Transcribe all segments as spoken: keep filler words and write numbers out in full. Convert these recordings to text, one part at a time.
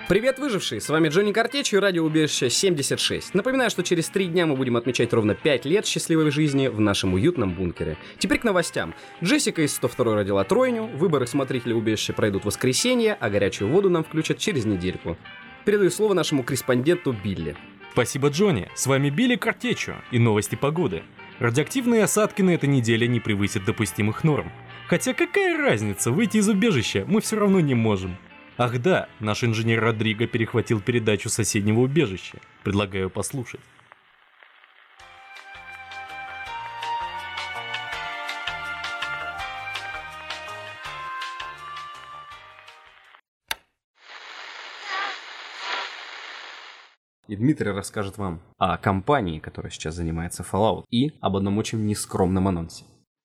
Привет, выжившие! С вами Джонни Картечи и радиоубежище семьдесят шесть. Напоминаю, что через три дня мы будем отмечать ровно пять лет счастливой жизни в нашем уютном бункере. Теперь к новостям. Джессика из сто второй родила тройню, выборы смотрителя убежища пройдут в воскресенье, а горячую воду нам включат через недельку. Передаю слово нашему корреспонденту Билли. Спасибо, Джонни. С вами Билли Картечо и новости погоды. Радиоактивные осадки на этой неделе не превысят допустимых норм. Хотя какая разница, выйти из убежища мы все равно не можем. Ах да, наш инженер Родриго перехватил передачу соседнего убежища. Предлагаю послушать. И Дмитрий расскажет вам о компании, которая сейчас занимается Fallout, и об одном очень нескромном анонсе.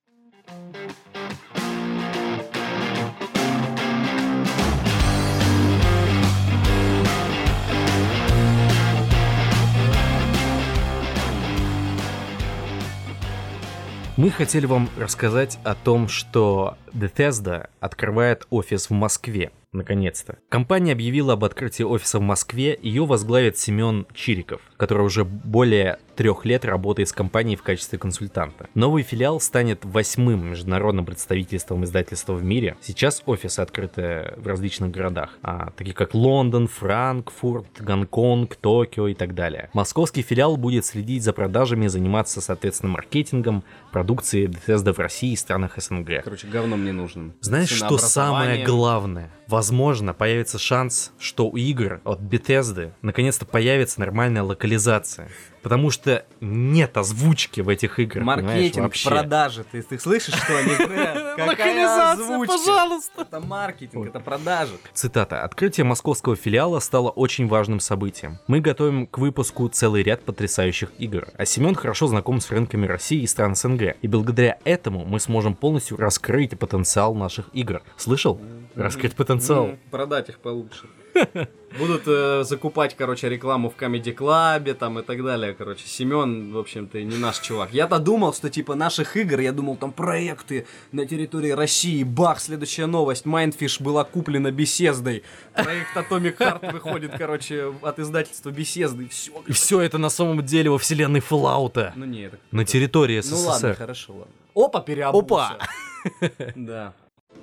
Мы хотели вам рассказать о том, что Bethesda открывает офис в Москве. Наконец-то. Компания объявила об открытии офиса в Москве, ее возглавит Семен Чириков, который уже более трех лет работает с компанией в качестве консультанта. Новый филиал станет восьмым международным представительством издательства в мире. Сейчас офисы открыты в различных городах, а, такие как Лондон, Франкфурт, Гонконг, Токио и так далее. Московский филиал будет следить за продажами и заниматься, соответственно, маркетингом продукции Bethesda в России и странах СНГ. Короче, говном не нужным. Знаешь, что самое главное? Возможно, появится шанс, что у игр от Bethesda наконец-то появится нормальная локализация. Потому что нет озвучки в этих играх. Маркетинг, продажи. Ты, ты слышишь, что они говорят? Какая озвучка? Пожалуйста. Это маркетинг, это продажи. Цитата. «Открытие московского филиала стало очень важным событием. Мы готовим к выпуску целый ряд потрясающих игр. А Семен хорошо знаком с рынками России и стран СНГ. И благодаря этому мы сможем полностью раскрыть потенциал наших игр». Слышал? Раскрыть потенциал. Mm, продать их получше. Будут э, закупать, короче, рекламу в Comedy Club там и так далее, короче. Семен, в общем-то, не наш чувак. Я-то думал, что типа наших игр, я думал, там проекты на территории России. Бах, следующая новость. Mindfish была куплена Bethesdой. Проект Atomic Heart выходит, короче, от издательства Bethesda. И все, и все это на самом деле во вселенной Fallout. Ну не, это... На территории СССР. Ну ладно, хорошо, ладно. Опа, переобулся. Опа! Да.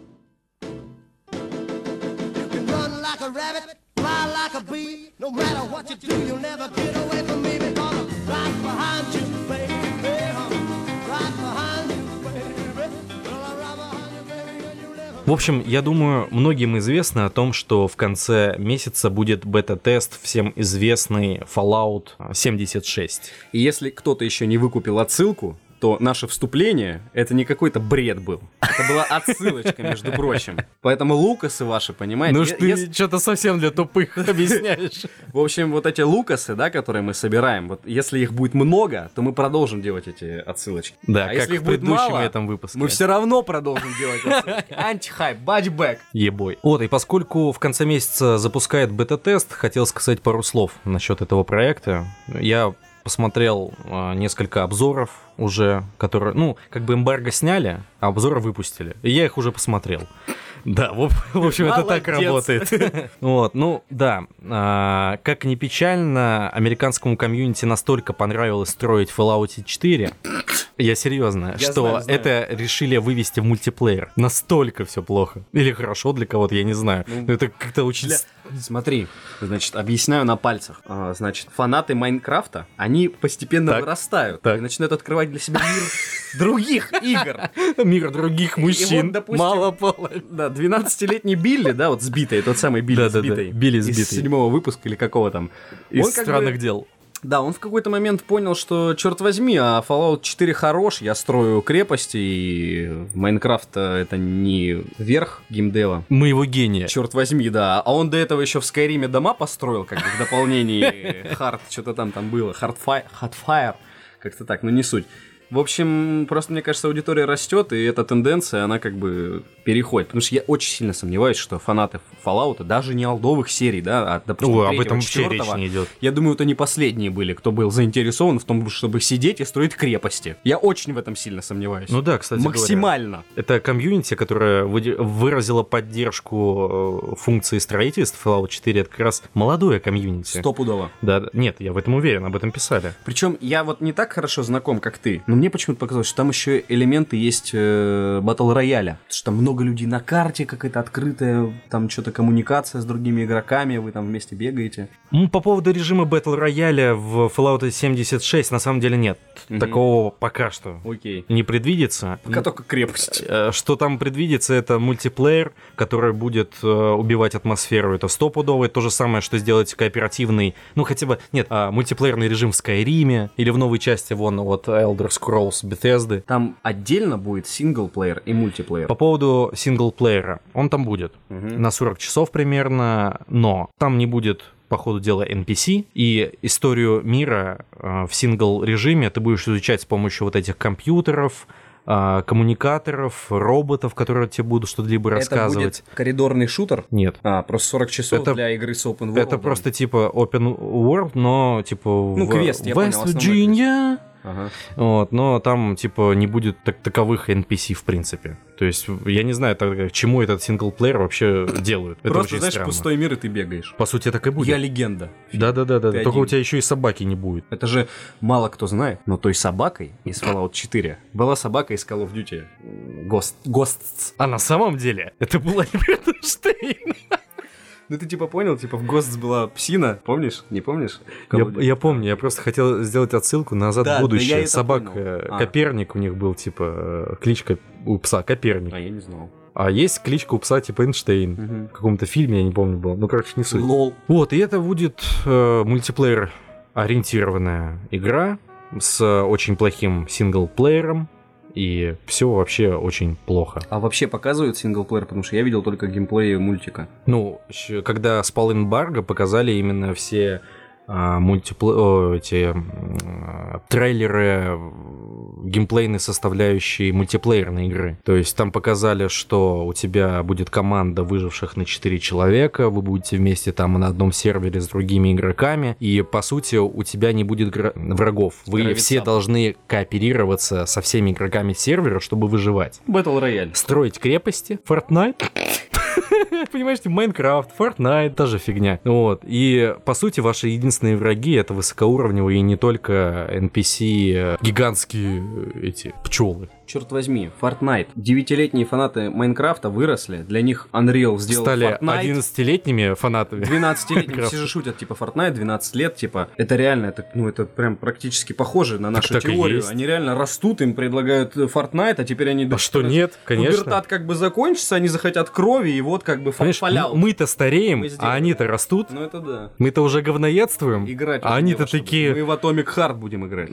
A rabbit, fly like a bee. No matter what you do, you'll never get away from me because I'm right behind you, baby. Right behind you, baby. Well, I'm right behind you, baby, and you never... В общем, я думаю, многим известно о том, что в конце месяца будет бета-тест всем известный Fallout семьдесят шесть. И если кто-то еще не выкупил отсылку, то наше вступление — это не какой-то бред был. Это была отсылочка, между прочим. Поэтому лукасы ваши, понимаете? Ну что ты если... что-то совсем для тупых объясняешь. В общем, вот эти лукасы, да, которые мы собираем, вот если их будет много, то мы продолжим делать эти отсылочки. Да, а как если их в будет предыдущем мало, этом выпуске. Мы все равно продолжим делать отсылочки. Антихайп, батчбэк. Ебой. Вот, и поскольку в конце месяца запускает бета-тест, хотел сказать пару слов насчет этого проекта. Я посмотрел э, несколько обзоров уже, которые, ну, как бы эмбарго сняли, а обзоры выпустили. И я их уже посмотрел. Да, в, в общем, это так работает. Вот, ну, да. А, как ни печально, американскому комьюнити настолько понравилось строить Fallout четыре, я серьезно, я что знаю, знаю. Это решили вывести в мультиплеер. Настолько все плохо. Или хорошо для кого-то, я не знаю. Ну, но это как-то очень... Для... Смотри, значит, объясняю на пальцах. А, значит, фанаты Майнкрафта, они постепенно так, вырастают так. и начинают открывать для себя мир других игр. Мир других мужчин. Мало пола. Да, двенадцатилетний Билли, да, вот сбитый, тот самый Билли да, сбитый. Да, да. Билли сбитый. Из седьмого выпуска или какого там. Из он странных бы... дел. Да, он в какой-то момент понял, что, черт возьми, а Fallout четыре хорош, я строю крепости, и Майнкрафт это не верх геймдева. Моего гения. Черт возьми, да. А он до этого еще в Скайриме дома построил, как бы в дополнении Hard, что-то там там было, Hardfire, Hardfire, как-то так, но не суть. В общем, просто, мне кажется, аудитория растет, и эта тенденция, она как бы переходит. Потому что я очень сильно сомневаюсь, что фанаты Fallout, даже не олдовых серий, да, а, допустим, Ой, об третьего, этом вообще речь четвёртого, не идет. я думаю, это не последние были, кто был заинтересован в том, чтобы сидеть и строить крепости. Я очень в этом сильно сомневаюсь. Ну да, кстати Максимально. говоря. Это комьюнити, которое выде- выразило поддержку э, функции строительств Fallout четыре. Это как раз молодое комьюнити. Стопудово. Да, да, нет, я в этом уверен, об этом писали. Причем я вот не так хорошо знаком, как ты, но мне почему-то показалось, что там еще элементы есть э, батл рояля. Что там много людей на карте, какая-то открытая, там что-то коммуникация с другими игроками, вы там вместе бегаете. Ну, по поводу режима Battle Royale в Fallout семьдесят шесть, на самом деле нет. Мгм. Такого пока что Окей. не предвидится. Пока только крепость. Э, Что там предвидится, это мультиплеер, который будет э, убивать атмосферу. Это стопудово. Это то же самое, что сделать кооперативный, ну хотя бы, нет, а, мультиплеерный режим в Скайриме или в новой части, вон, вот Elder Scrolls Bethesda. Там отдельно будет синглплеер и мультиплеер. По поводу синглплеера, он там будет Мгм. на сорок часов примерно, но там не будет по ходу дела эн пи си, и историю мира э, в сингл-режиме ты будешь изучать с помощью вот этих компьютеров, э, коммуникаторов, роботов, которые тебе будут что-то либо Это рассказывать. будет коридорный шутер? Нет. А, просто сорок часов Это- для игры с open world. Это просто типа open world, но типа Ну, в квест, я понял, West основной Virginia. Ага. Вот, но там, типа, не будет так таковых эн пи си, в принципе. То есть, я не знаю, тогда, к чему этот синглплеер вообще делают. Это Просто, очень знаешь, странно. пустой мир, и ты бегаешь. По сути, так и будет. Я легенда. Да-да-да, Ты только один. у тебя еще и собаки не будет. Это же мало кто знает, но той собакой из Fallout четыре была собака из Call of Duty. Ghost, Ghosts. А на самом деле, это был Альберт Эйнштейн. Ну ты типа понял, типа в Ghosts была псина, помнишь? Не помнишь? Я, я помню, я просто хотел сделать отсылку назад Да, в да, будущее. я это Собак понял. э, А. Коперник у них был, типа, э, кличка у пса Коперник. А я не знал. А есть кличка у пса типа Эйнштейн. Мгм. В каком-то фильме, я не помню, был. Ну, короче, не суть. Лол. Вот, и это будет э, мультиплеер-ориентированная игра с очень плохим синглплеером. И все вообще очень плохо. А вообще показывают синглплеер, потому что я видел только геймплей мультика. Ну, щ- когда спал эмбарго, показали именно все а, мультипле- о, эти м, трейлеры, геймплейные составляющие мультиплеерной игры. То есть там показали, что у тебя будет команда выживших на четыре человека, вы будете вместе там на одном сервере с другими игроками, и по сути у тебя не будет гра- врагов. Вы Гравицап. все должны кооперироваться со всеми игроками сервера, чтобы выживать. Battle Royale. Строить крепости, Fortnite. Понимаете, Майнкрафт, Fortnite, та же фигня. Вот. И, по сути, ваши единственные враги — это высокоуровневые и не только эн пи си, э, гигантские э, эти пчелы. Черт возьми, Fortnite. Девятилетние фанаты Майнкрафта выросли, для них Unreal сделал Стали Fortnite. одиннадцатилетними фанатами. двенадцатилетним Майнкрафта. все же шутят, типа, Fortnite, двенадцать лет, типа, это реально, это, ну, это прям практически похоже на нашу так и теорию. есть. Они реально растут, им предлагают э, Fortnite, а теперь они... А что нет, конечно. Пубертат как бы закончится, они захотят крови, и вот как бы Понимаешь, Fallout. м- мы-то стареем, Мы сделали. а они-то растут. Ну, это да. Мы-то уже говноедствуем, Играть а уже они-то не во что. такие... Мы в Atomic Heart будем играть.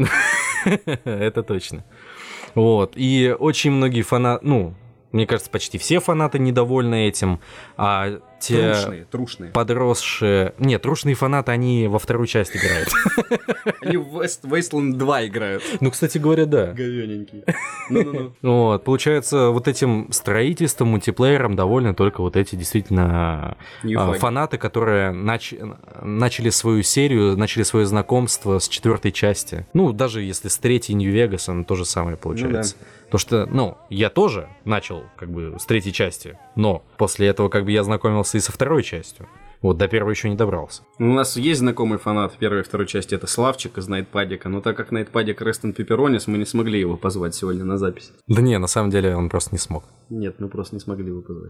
Это точно. Вот. И очень многие фанаты, ну, мне кажется, почти все фанаты недовольны этим, а те Трушные, трушные. подросшие... Нет, трушные фанаты, они во вторую часть играют. Они в West- Wasteland два играют. Ну, кстати говоря, да. Говёненькие. Ну-ну-ну. Вот, получается, вот этим строительством, мультиплеером довольны только вот эти действительно а, Ньюфаги. фанаты, которые нач- начали свою серию, начали свое знакомство с четвертой части. Ну, даже если с третьей Нью-Вегаса, оно то же самое получается. Потому что, ну, я тоже начал как бы с третьей части, но после этого как бы я знакомился и со второй частью. Вот, до первой еще не добрался. У нас есть знакомый фанат первой и второй части, это Славчик из Найтпадика, но так как Найтпадик Рестон Пепперонис, мы не смогли его позвать сегодня на запись. Да не, на самом деле он просто не смог. Нет, мы просто не смогли его позвать.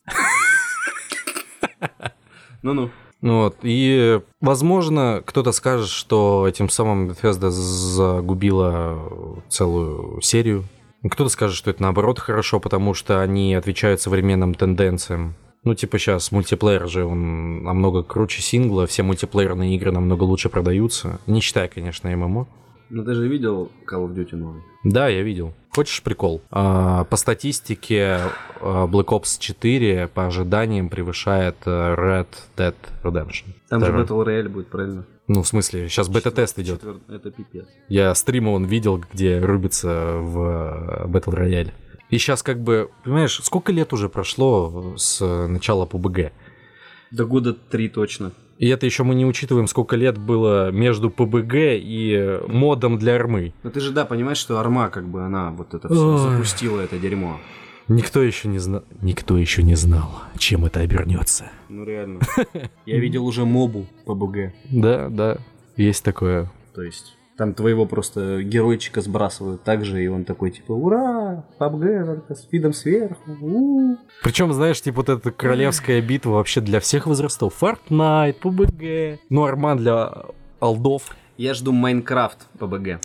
Ну-ну. Вот, и, возможно, кто-то скажет, что этим самым Bethesda загубила целую серию. Кто-то скажет, что это наоборот хорошо, потому что они отвечают современным тенденциям. Ну, типа сейчас мультиплеер же, он намного круче сингла, все мультиплеерные игры намного лучше продаются. Не считая, конечно, эм эм о. Ну ты же видел Call of Duty новый? Да, я видел. Хочешь прикол? А, по статистике а, Black Ops четыре по ожиданиям превышает а, Red Dead Redemption. Там же Второй. Battle Royale будет, правильно? Ну, в смысле, сейчас бета-тест идет. Четвер- Это пипец. Я стримы он видел, где рубится в Battle Royale. И сейчас как бы, понимаешь, сколько лет уже прошло с начала пэ бэ гэ? До года три точно. И это еще мы не учитываем, сколько лет было между пэ бэ гэ и модом для армы. Но ты же, да, понимаешь, что Арма, как бы, она вот это все Ой. запустила, это дерьмо. Никто еще не знал, никто еще не знал, чем это обернется. Ну, реально. Я видел уже мобу пэ бэ гэ. Да, да, есть такое. То есть, там твоего просто геройчика сбрасывают так же, и он такой, типа, ура, пэ бэ гэ только с видом сверху. У-у-у». Причем, знаешь, типа вот эта королевская битва вообще для всех возрастов. Fortnite, пэ бэ гэ, ну, Арман для олдов. Я жду Майнкрафт пэ бэ гэ.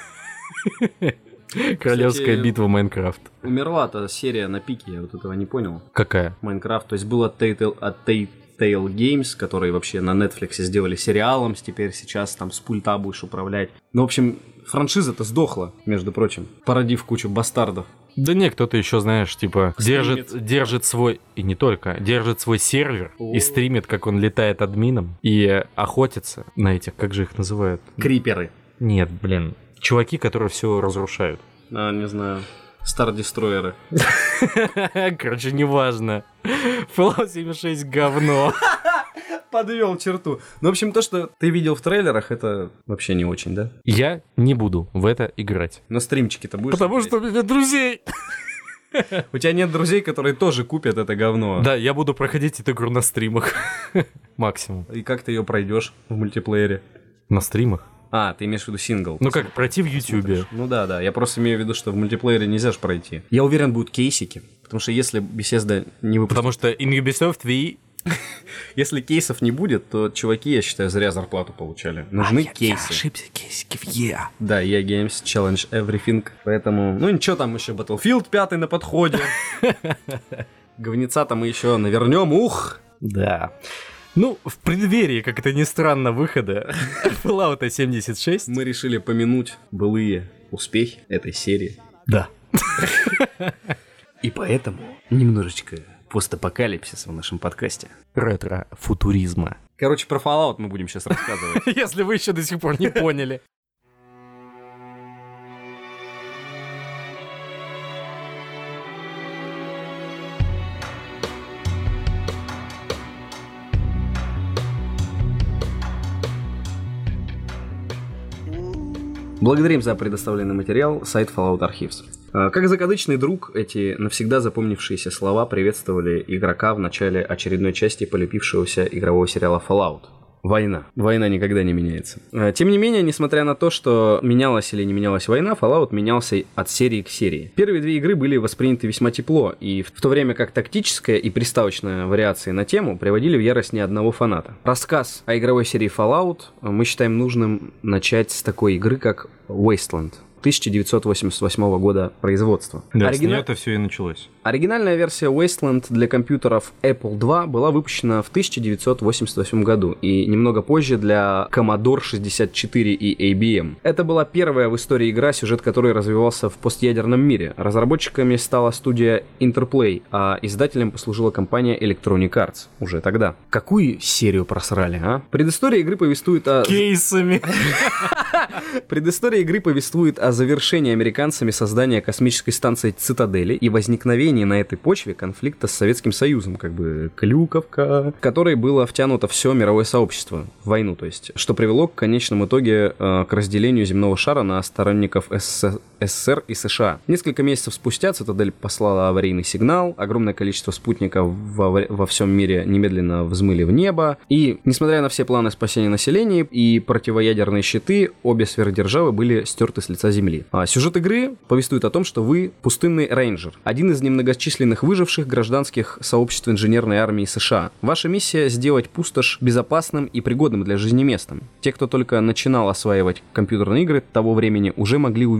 Королевская Кстати, битва Майнкрафт. Умерла-то серия на пике, я вот этого не понял. Какая? Майнкрафт, то есть было Telltale- от Telltale Games, которые вообще на Netflix сделали сериалом, теперь сейчас там с пульта будешь управлять. Ну, в общем, франшиза-то сдохла, между прочим, породив кучу бастардов. Да не, кто-то еще, знаешь, типа, Стримит. держит, держит свой, и не только, держит свой сервер О. и стримит, как он летает админом, и охотится на этих, как же их называют? Криперы. Нет, блин, чуваки, которые все разрушают. А, не знаю. Стар-дестройеры. Короче, неважно. Fallout семьдесят шесть говно. Подвел черту. Ну, в общем, то, что ты видел в трейлерах, это вообще не очень, да? Я не буду в это играть. На стримчике-то будешь Потому смотреть? что у меня друзей. У тебя нет друзей, которые тоже купят это говно. Да, я буду проходить эту игру на стримах. Максимум. И как ты ее пройдешь в мультиплеере? На стримах? А, ты имеешь в виду сингл. Ну как, пройти в Ютубе. Ну да, да. Я просто имею в виду, что в мультиплеере нельзя же пройти. Я уверен, будут кейсики. Потому что если Bethesda не выпустит... Потому что in Ubisoft ви... Если кейсов не будет, то чуваки, я считаю, зря зарплату получали. Нужны кейсы. ошибся, кейсики в Е. Да, и эй Games Challenge Everything. Поэтому, ну ничего, там еще Battlefield пятый на подходе. Говнеца-то мы еще навернем, ух! Да. Ну, в преддверии, как это ни странно, выхода Fallout семьдесят шесть. Мы решили помянуть былые успехи этой серии. Да. И поэтому немножечко постапокалипсиса в нашем подкасте. Ретро-футуризма. Короче, про Fallout мы будем сейчас рассказывать. Если вы еще до сих пор не поняли. Благодарим за предоставленный материал сайт Fallout Archives. А, Как закадычный друг, эти навсегда запомнившиеся слова приветствовали игрока в начале очередной части полюбившегося игрового сериала Fallout. Война. Война никогда не меняется. А, Тем не менее, несмотря на то, что менялась или не менялась война, Fallout менялся от серии к серии. Первые две игры были восприняты весьма тепло, и в то время как тактическая и приставочная вариации на тему приводили в ярость ни одного фаната. Рассказ о игровой серии Fallout мы считаем нужным начать с такой игры, как Wasteland. тысяча девятьсот восемьдесят восьмого года производства. Да, Оригина- это все и началось. Оригинальная версия Wasteland для компьютеров Apple два была выпущена в тысяча девятьсот восемьдесят восьмом году и немного позже для Commodore шестьдесят четыре и эй би эм. Это была первая в истории игра, сюжет которой развивался в постъядерном мире. Разработчиками стала студия Interplay, а издателем послужила компания Electronic Arts уже тогда. Какую серию просрали, а? Предыстория игры повествует о... Кейсами. Предыстория игры повествует о завершении американцами создания космической станции Цитадели и возникновении на этой почве конфликта с Советским Союзом, как бы Клюковка, в которой было втянуто все мировое сообщество в войну, то есть, что привело к конечному итоге э, к разделению земного шара на сторонников СС- СССР и США. Несколько месяцев спустя Цитадель послала аварийный сигнал, огромное количество спутников во, во всем мире немедленно взмыли в небо, и, несмотря на все планы спасения населения и противоядерные щиты, обе сверхдержавы были стерты с лица земли. А сюжет игры повествует о том, что вы пустынный рейнджер, один из немногочисленных выживших гражданских сообществ инженерной армии США. Ваша миссия — сделать пустошь безопасным и пригодным для жизни местом. Те, кто только начинал осваивать компьютерные игры того времени, уже могли увидеть в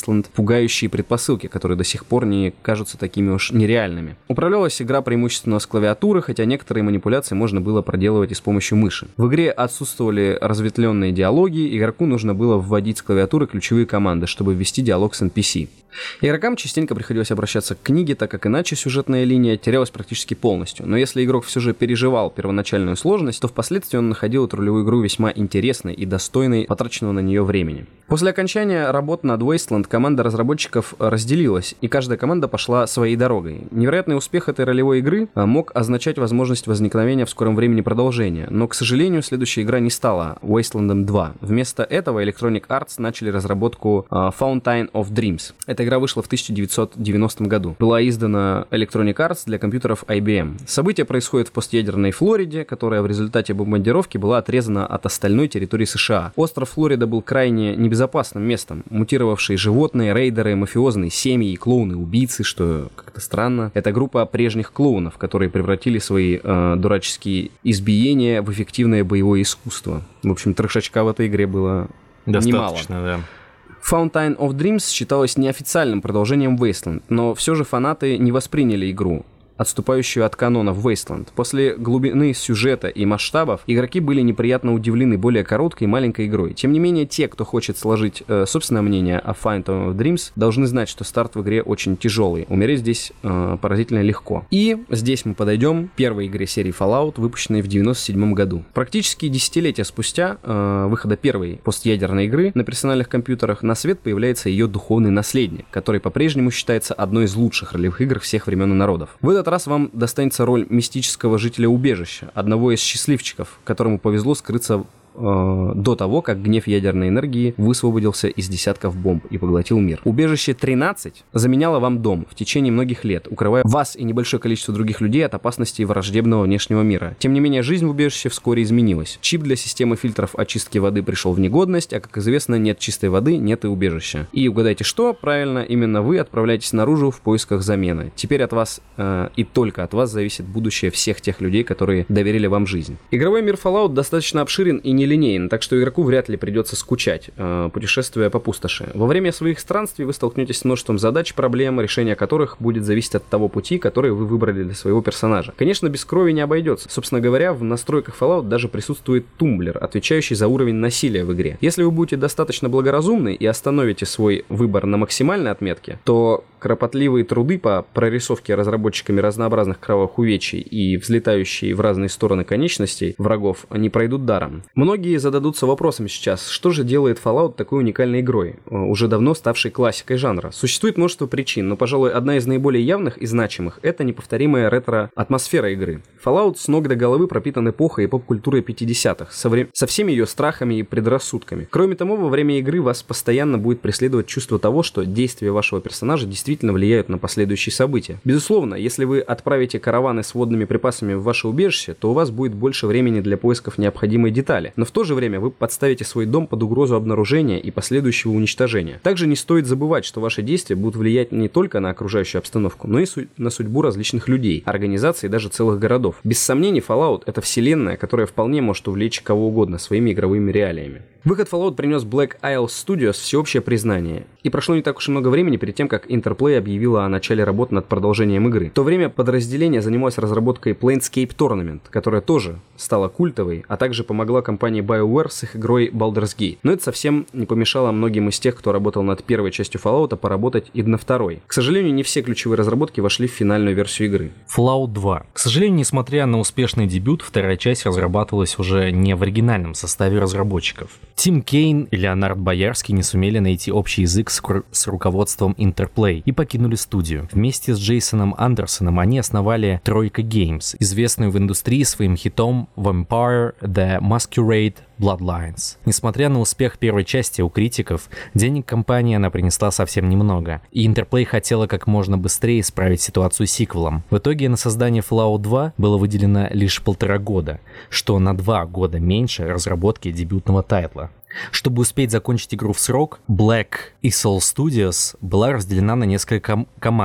Wasteland пугающие предпосылки, которые до сих пор не кажутся такими уж нереальными. Управлялась игра преимущественно с клавиатуры, хотя некоторые манипуляции можно было проделывать и с помощью мыши. В игре отсутствовали разветвленные диалоги, игроку нужно было вводить с клавиатуры ключевые команды, чтобы ввести диалог с эн пи си. Игрокам частенько приходилось обращаться к книге, так как иначе сюжетная линия терялась практически полностью. Но если игрок все же переживал первоначальную сложность, то впоследствии он находил эту ролевую игру весьма интересной и достойной потраченного на нее времени. После окончания работ над Wasteland команда разработчиков разделилась, и каждая команда пошла своей дорогой. Невероятный успех этой ролевой игры мог означать возможность возникновения в скором времени продолжения, но, к сожалению, следующая игра не стала Wasteland два. Вместо этого Electronic Arts начали разработку Fountain of Dreams. Эта игра вышла в тысяча девятьсот девяностом году. Была издана Electronic Arts для компьютеров ай би эм. События происходят в постъядерной Флориде, которая в результате бомбардировки была отрезана от остальной территории США. Остров Флорида был крайне небезопасным местом. Мутировавшие животные, рейдеры, мафиозные семьи, клоуны-убийцы, что как-то странно. Это группа прежних клоунов, которые превратили свои э, дураческие избиения в эффективное боевое искусство. В общем, трешачка в этой игре было достаточно, немало. Да. Fountain of Dreams считалось неофициальным продолжением Wasteland, но все же фанаты не восприняли игру, отступающую от канонов Wasteland. После глубины сюжета и масштабов игроки были неприятно удивлены более короткой и маленькой игрой. Тем не менее, те, кто хочет сложить э, собственное мнение о Fountain of Dreams, должны знать, что старт в игре очень тяжелый. Умереть здесь э, поразительно легко. И здесь мы подойдем к первой игре серии Fallout, выпущенной в девяносто седьмом году. Практически десятилетия спустя э, выхода первой постъядерной игры на персональных компьютерах на свет появляется ее духовный наследник, который по-прежнему считается одной из лучших ролевых игр всех времен и народов. В этот раз вам достанется роль мистического жителя убежища, одного из счастливчиков, которому повезло скрыться э, до того, как гнев ядерной энергии высвободился из десятков бомб и поглотил мир. Убежище тринадцать заменяло вам дом в течение многих лет, укрывая вас и небольшое количество других людей от опасностей враждебного внешнего мира. Тем не менее, жизнь в убежище вскоре изменилась. Чип для системы фильтров очистки воды пришел в негодность, а, как известно, нет чистой воды, нет и убежища. И угадайте что? Правильно, именно вы отправляетесь наружу в поисках замены. Теперь от вас э, и только от вас зависит будущее всех тех людей, которые доверили вам жизнь. Игровой мир Fallout достаточно обширен и нелинейен, так что игроку вряд ли придется скучать, э, путешествуя по пустоши. Во время своих странствий вы столкнетесь с множеством задач, проблем, решение которых будет зависеть от того пути, который вы выбрали для своего персонажа. Конечно, без крови не обойдется. Собственно говоря, в настройках Fallout даже присутствует тумблер, отвечающий за уровень насилия в игре. Если вы будете достаточно благоразумны и остановите свой выбор на максимальной отметке, то кропотливые труды по прорисовке разработчиками разнообразных кровавых увечий и взлетающие в разные стороны конечностей врагов не пройдут даром. Многие зададутся вопросом сейчас, что же делает Fallout такой уникальной игрой, уже давно ставшей классикой жанра. Существует множество причин, но, пожалуй, одна из наиболее явных и значимых — это неповторимая ретро-атмосфера игры. Fallout с ног до головы пропитан эпохой и поп-культурой пятидесятых, со, вре... со всеми ее страхами и предрассудками. Кроме того, во время игры вас постоянно будет преследовать чувство того, что действия вашего персонажа действительно влияют на последующие события. Безусловно, если вы отправите караваны с водными припасами в ваше убежище, то у вас будет больше времени для поисков необходимой детали. Но в то же время вы подставите свой дом под угрозу обнаружения и последующего уничтожения. Также не стоит забывать, что ваши действия будут влиять не только на окружающую обстановку, но и су- на судьбу различных людей, организаций и даже целых городов. Без сомнений, Fallout — это вселенная, которая вполне может увлечь кого угодно своими игровыми реалиями. Выход Fallout принес Black Isle Studios всеобщее признание. И прошло не так уж и много времени перед тем, как Interplay объявила о начале работ над продолжением игры. В то время подразделение занималось разработкой Planescape Tournament, которая тоже стала культовой, а также помогла компании BioWare с их игрой Baldur's Gate. Но это совсем не помешало многим из тех, кто работал над первой частью Fallout, поработать и на второй. К сожалению, не все ключевые разработки вошли в финальную версию игры. Fallout два. К сожалению, несмотря на успешный дебют, вторая часть разрабатывалась уже не в оригинальном составе разработчиков. Тим Кейн и Леонард Боярский не сумели найти общий язык с, кру- с руководством Interplay и покинули студию. Вместе с Джейсоном Андерсоном они основали Тройка Games, известную в индустрии своим хитом Vampire The Masquerade Bloodlines. Несмотря на успех первой части у критиков, денег компании она принесла совсем немного, и Interplay хотела как можно быстрее исправить ситуацию с сиквелом. В итоге на создание Fallout два было выделено лишь полтора года, что на два года меньше разработки дебютного тайтла. Чтобы успеть закончить игру в срок, Black Isle Studios была разделена на несколько ком- команд,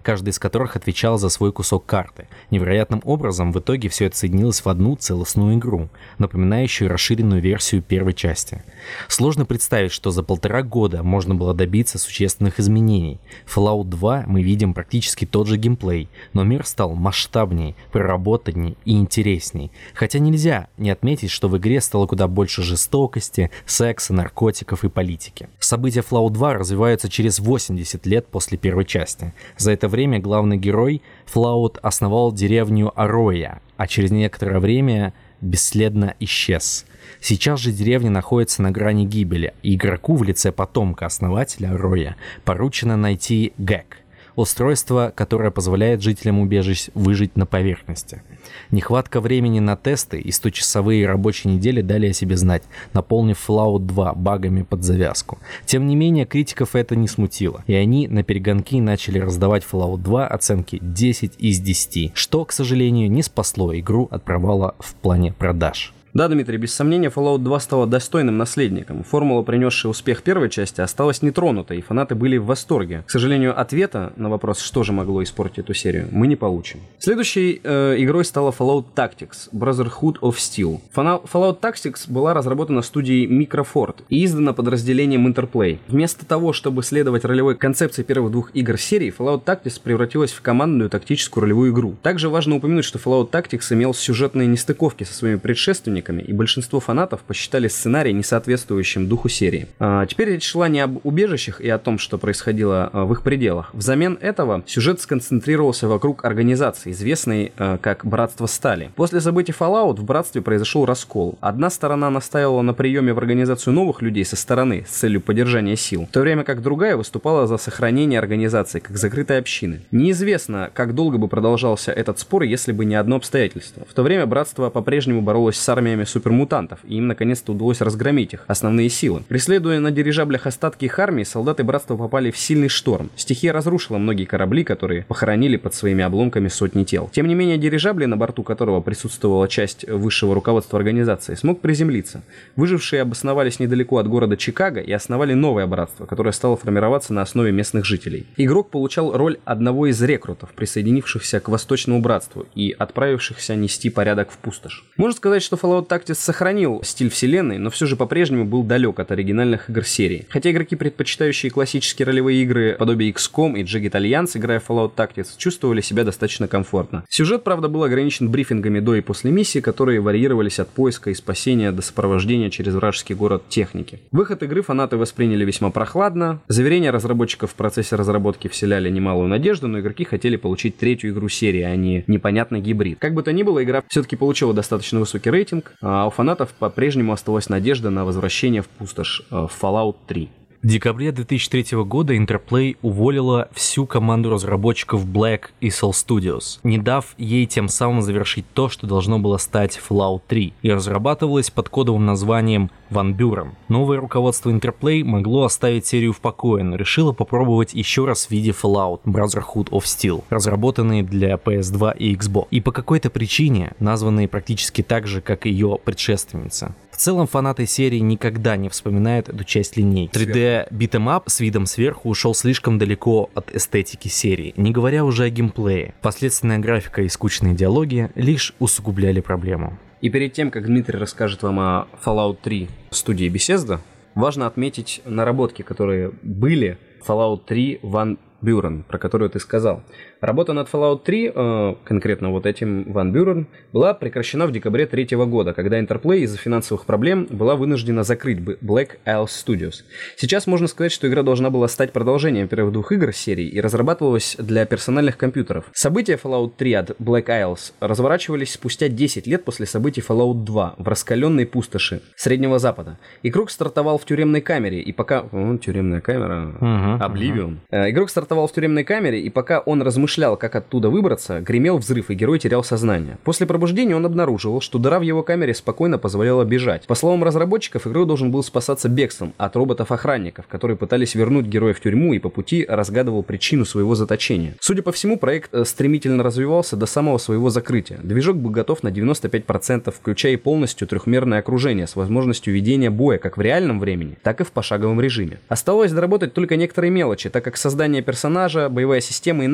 каждый из которых отвечал за свой кусок карты. Невероятным образом в итоге все это соединилось в одну целостную игру, напоминающую расширенную версию первой части. Сложно представить, что за полтора года можно было добиться существенных изменений. В Fallout два мы видим практически тот же геймплей, но мир стал масштабней, проработанней и интересней. Хотя нельзя не отметить, что в игре стало куда больше жестокости, секса, наркотиков и политики. События Fallout два развиваются через восемьдесят лет после первой части. За это время главный герой Fallout основал деревню Ароя, а через некоторое время бесследно исчез. Сейчас же деревня находится на грани гибели, и игроку в лице потомка основателя Ароя поручено найти ГЭК — устройство, которое позволяет жителям убежищ выжить на поверхности. Нехватка времени на тесты и сточасовые рабочие недели дали о себе знать, наполнив Fallout два багами под завязку. Тем не менее, критиков это не смутило, и они на перегонки начали раздавать Fallout два оценки десять из десяти, что, к сожалению, не спасло игру от провала в плане продаж. Да, Дмитрий, без сомнения, Fallout два стала достойным наследником. Формула, принесшая успех первой части, осталась нетронутой, и фанаты были в восторге. К сожалению, ответа на вопрос, что же могло испортить эту серию, мы не получим. Следующей э, игрой стала Fallout Tactics: Brotherhood of Steel. Fallout Tactics была разработана студией Microfold и издана подразделением Interplay. Вместо того, чтобы следовать ролевой концепции первых двух игр серии, Fallout Tactics превратилась в командную тактическую ролевую игру. Также важно упомянуть, что Fallout Tactics имел сюжетные нестыковки со своими предшественниками, и большинство фанатов посчитали сценарий несоответствующим духу серии. А теперь речь шла не об убежищах и о том, что происходило в их пределах. Взамен этого сюжет сконцентрировался вокруг организации, известной как Братство Стали. После событий Fallout в Братстве произошел раскол. Одна сторона настаивала на приеме в организацию новых людей со стороны с целью поддержания сил, в то время как другая выступала за сохранение организации как закрытой общины. Неизвестно, как долго бы продолжался этот спор, если бы не одно обстоятельство. В то время Братство по-прежнему боролось с армиями супермутантов, и им наконец-то удалось разгромить их основные силы. Преследуя на дирижаблях остатки их армии, солдаты Братства попали в сильный шторм. Стихия разрушила многие корабли, которые похоронили под своими обломками сотни тел. Тем не менее, дирижабли, на борту которого присутствовала часть высшего руководства организации, смог приземлиться. Выжившие обосновались недалеко от города Чикаго и основали новое братство, которое стало формироваться на основе местных жителей. Игрок получал роль одного из рекрутов, присоединившихся к Восточному братству и отправившихся нести порядок в пустошь. Можно сказать, что Fallout Tactics сохранил стиль вселенной, но все же по-прежнему был далек от оригинальных игр серии. Хотя игроки, предпочитающие классические ролевые игры подобие икс ком и Jagged Alliance, играя в Fallout Tactics, чувствовали себя достаточно комфортно. Сюжет, правда, был ограничен брифингами до и после миссии, которые варьировались от поиска и спасения до сопровождения через вражеский город техники. Выход игры фанаты восприняли весьма прохладно. Заверения разработчиков в процессе разработки вселяли немалую надежду, но игроки хотели получить третью игру серии, а не непонятный гибрид. Как бы то ни было, игра все-таки получила достаточно высокий рейтинг, а у фанатов по-прежнему осталась надежда на возвращение в пустошь в Fallout три. В декабре две тысячи третьего года Interplay уволила всю команду разработчиков Black Isle Studios, не дав ей тем самым завершить то, что должно было стать Fallout три, и разрабатывалась под кодовым названием Van Buren. Новое руководство Interplay могло оставить серию в покое, но решило попробовать еще раз в виде Fallout Brotherhood of Steel, разработанные для пи эс два и Xbox, и по какой-то причине названные практически так же, как ее предшественница. В целом, фанаты серии никогда не вспоминают эту часть линейки. три дэ битэмап с видом сверху ушел слишком далеко от эстетики серии, не говоря уже о геймплее. Последственная графика и скучные диалоги лишь усугубляли проблему. И перед тем, как Дмитрий расскажет вам о Fallout три в студии Bethesda, важно отметить наработки, которые были в Fallout три Van Buren, про которую ты сказал. Работа над Fallout три, э, конкретно вот этим Van Buren, была прекращена в декабре третьего года, когда Interplay из-за финансовых проблем была вынуждена закрыть Black Isle Studios. Сейчас можно сказать, что игра должна была стать продолжением первых двух игр серии и разрабатывалась для персональных компьютеров. События Fallout три от Black Isles разворачивались спустя десять лет после событий Fallout два в раскаленной пустоши Среднего Запада. Игрок стартовал в тюремной камере, и пока... О, тюремная камера... Uh-huh, Oblivion. Uh-huh. Игрок стартовал в тюремной камере, и пока он размышлял, как оттуда выбраться, гремел взрыв, и герой терял сознание. После пробуждения он обнаружил, что дыра в его камере спокойно позволяла бежать. По словам разработчиков, игрок должен был спасаться бегством от роботов-охранников, которые пытались вернуть героя в тюрьму, и по пути разгадывал причину своего заточения. Судя по всему, проект стремительно развивался до самого своего закрытия. Движок был готов на девяносто пять процентов, включая и полностью трехмерное окружение с возможностью ведения боя как в реальном времени, так и в пошаговом режиме. Оставалось доработать только некоторые мелочи, так как создание персонажа, боевая система и навыки уже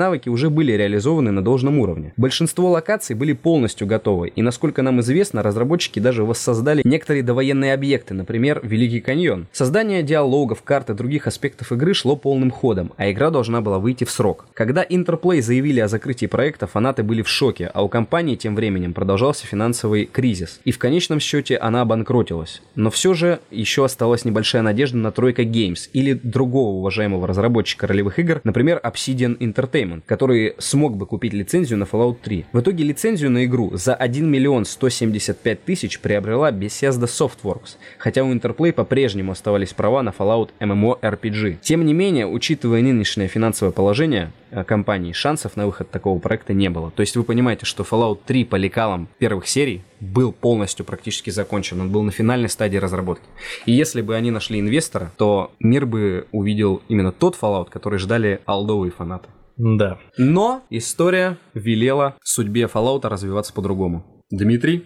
уже были реализованы на должном уровне. Большинство локаций были полностью готовы, и, насколько нам известно, разработчики даже воссоздали некоторые довоенные объекты, например, Великий каньон. Создание диалогов, карт и других аспектов игры шло полным ходом, а игра должна была выйти в срок. Когда Interplay заявили о закрытии проекта, фанаты были в шоке, а у компании тем временем продолжался финансовый кризис, и в конечном счете она обанкротилась. Но все же еще осталась небольшая надежда на Тройка Games или другого уважаемого разработчика ролевых игр, например, Obsidian Entertainment, который смог бы купить лицензию на Fallout три. В итоге лицензию на игру за один миллион сто семьдесят пять тысяч приобрела Bethesda Softworks, хотя у Interplay по-прежнему оставались права на Fallout MMORPG. Тем не менее, учитывая нынешнее финансовое положение компании, шансов на выход такого проекта не было. То есть вы понимаете, что Fallout три по лекалам первых серий был полностью практически закончен. Он был на финальной стадии разработки. И если бы они нашли инвестора, то мир бы увидел именно тот Fallout, который ждали олдовые фанаты. Да. Но история велела судьбе Fallout развиваться по-другому. Дмитрий?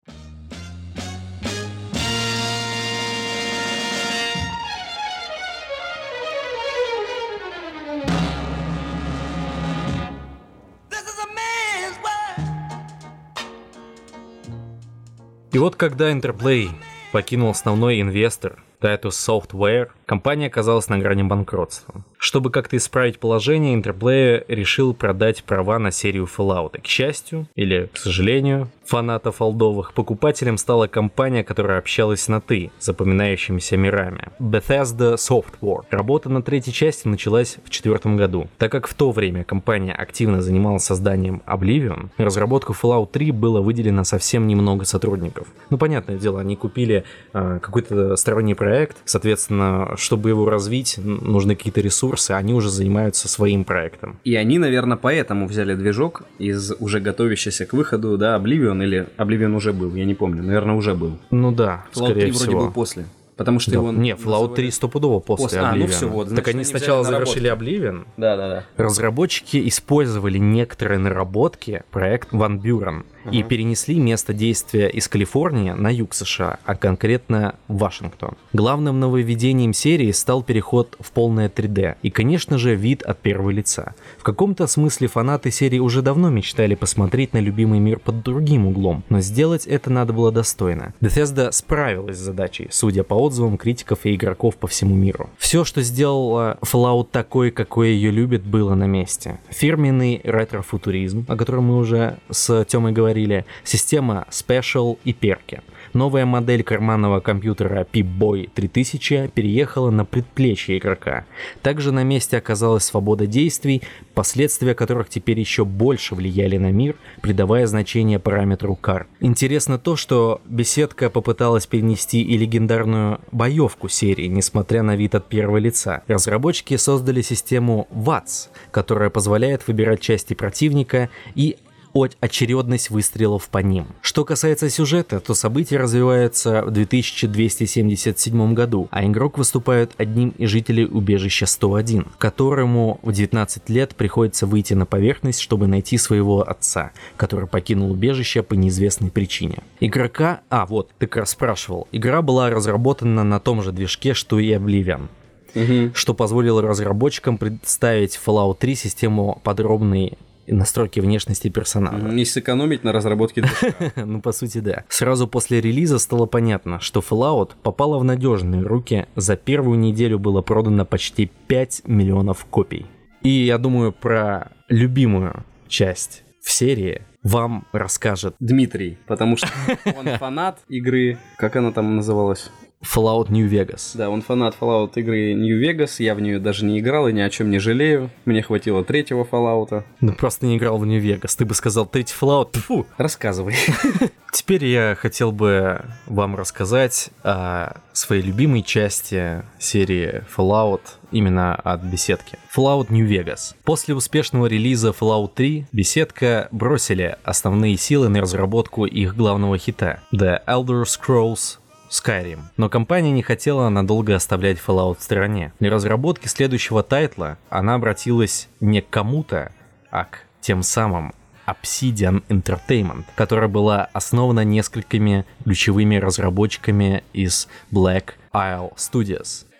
И вот когда Interplay покинул основной инвестор Tatus Software, компания оказалась на грани банкротства. Чтобы как-то исправить положение, Interplay решил продать права на серию Fallout. И, к счастью, или к сожалению, фанатов олдовых, покупателем стала компания, которая общалась на «ты», запоминающимися мирами. Bethesda Software. Работа над третьей частью началась в четвертом году. Так как в то время компания активно занималась созданием Oblivion, на разработку Fallout три было выделено совсем немного сотрудников. Ну, понятное дело, они купили э, какой-то сторонний проект, соответственно, чтобы его развить, нужны какие-то ресурсы, они уже занимаются своим проектом. И они, наверное, поэтому взяли движок из уже готовящейся к выходу, да, Oblivion, или Oblivion уже был, я не помню, наверное, уже был. Ну да, Fallout скорее три всего. вроде был после. Потому что Да. его... Не, Fallout три стопудово после, после. Oblivion. А, ну все, вот. Так Значит, они они сначала взяли завершили Oblivion. Да-да-да. Разработчики использовали некоторые наработки проект Van Buren uh-huh. и перенесли место действия из Калифорнии на юг США, а конкретно в Вашингтон. Главным нововведением серии стал переход в полное три дэ и, конечно же, вид от первого лица. В каком-то смысле фанаты серии уже давно мечтали посмотреть на любимый мир под другим углом, но сделать это надо было достойно. Bethesda справилась с задачей, судя по отзывам критиков и игроков по всему миру. Все, что сделало Fallout такой, какой ее любят, было на месте. Фирменный ретро-футуризм, о котором мы уже с Тёмой говорили, система Special и перки. Новая модель карманного компьютера Pip-Boy три тысячи переехала на предплечье игрока. Также на месте оказалась свобода действий, последствия которых теперь еще больше влияли на мир, придавая значение параметру карт. Интересно то, что беседка попыталась перенести и легендарную боевку серии, несмотря на вид от первого лица. Разработчики создали систему ватс, которая позволяет выбирать части противника и очередность выстрелов по ним. Что касается сюжета, то события развиваются в две тысячи двести семьдесят седьмом году, а игрок выступает одним из жителей убежища сто один, которому в девятнадцать лет приходится выйти на поверхность, чтобы найти своего отца, который покинул убежище по неизвестной причине. Игрока... А, вот, ты как раз спрашивал. Игра была разработана на том же движке, что и Oblivion. Угу. Что позволило разработчикам представить в Fallout три систему подробной настройки внешности персонажа. Не сэкономить на разработке движка. Ну, по сути, да. Сразу после релиза стало понятно, что Fallout попала в надежные руки. За первую неделю было продано почти пять миллионов копий. И я думаю, про любимую часть в серии вам расскажет Дмитрий, потому что он фанат игры. Как она там называлась? Fallout New Vegas. Да, он фанат Fallout игры New Vegas, я в нее даже не играл и ни о чем не жалею. Мне хватило третьего Fallout. Ну просто не играл в New Vegas, ты бы сказал третий Fallout, фу. Рассказывай. Теперь я хотел бы вам рассказать о своей любимой части серии Fallout именно от беседки. Fallout New Vegas. После успешного релиза Fallout три беседка бросили основные силы на разработку их главного хита The Elder Scrolls Skyrim. Но компания не хотела надолго оставлять Fallout в стороне. Для разработки следующего тайтла она обратилась не к кому-то, а к тем самым Obsidian Entertainment, которая была основана несколькими ключевыми разработчиками из Black Isle Studios.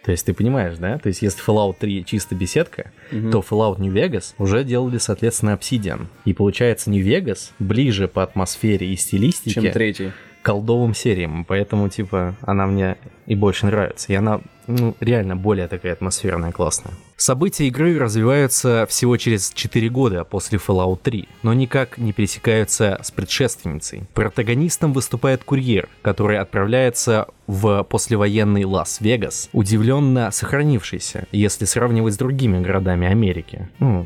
То есть ты понимаешь, да? То есть если Fallout три чисто беседка, Мгм. то Fallout New Vegas уже делали, соответственно, Obsidian. И получается New Vegas ближе по атмосфере и стилистике Чем третий. к колдовым сериям. Поэтому, типа, она мне и больше нравится. И она, ну, реально более такая атмосферная, классная. События игры развиваются всего через четыре года после Fallout три, но никак не пересекаются с предшественницей. Протагонистом выступает курьер, который отправляется в послевоенный Лас-Вегас, удивленно сохранившийся, если сравнивать с другими городами Америки. Ну,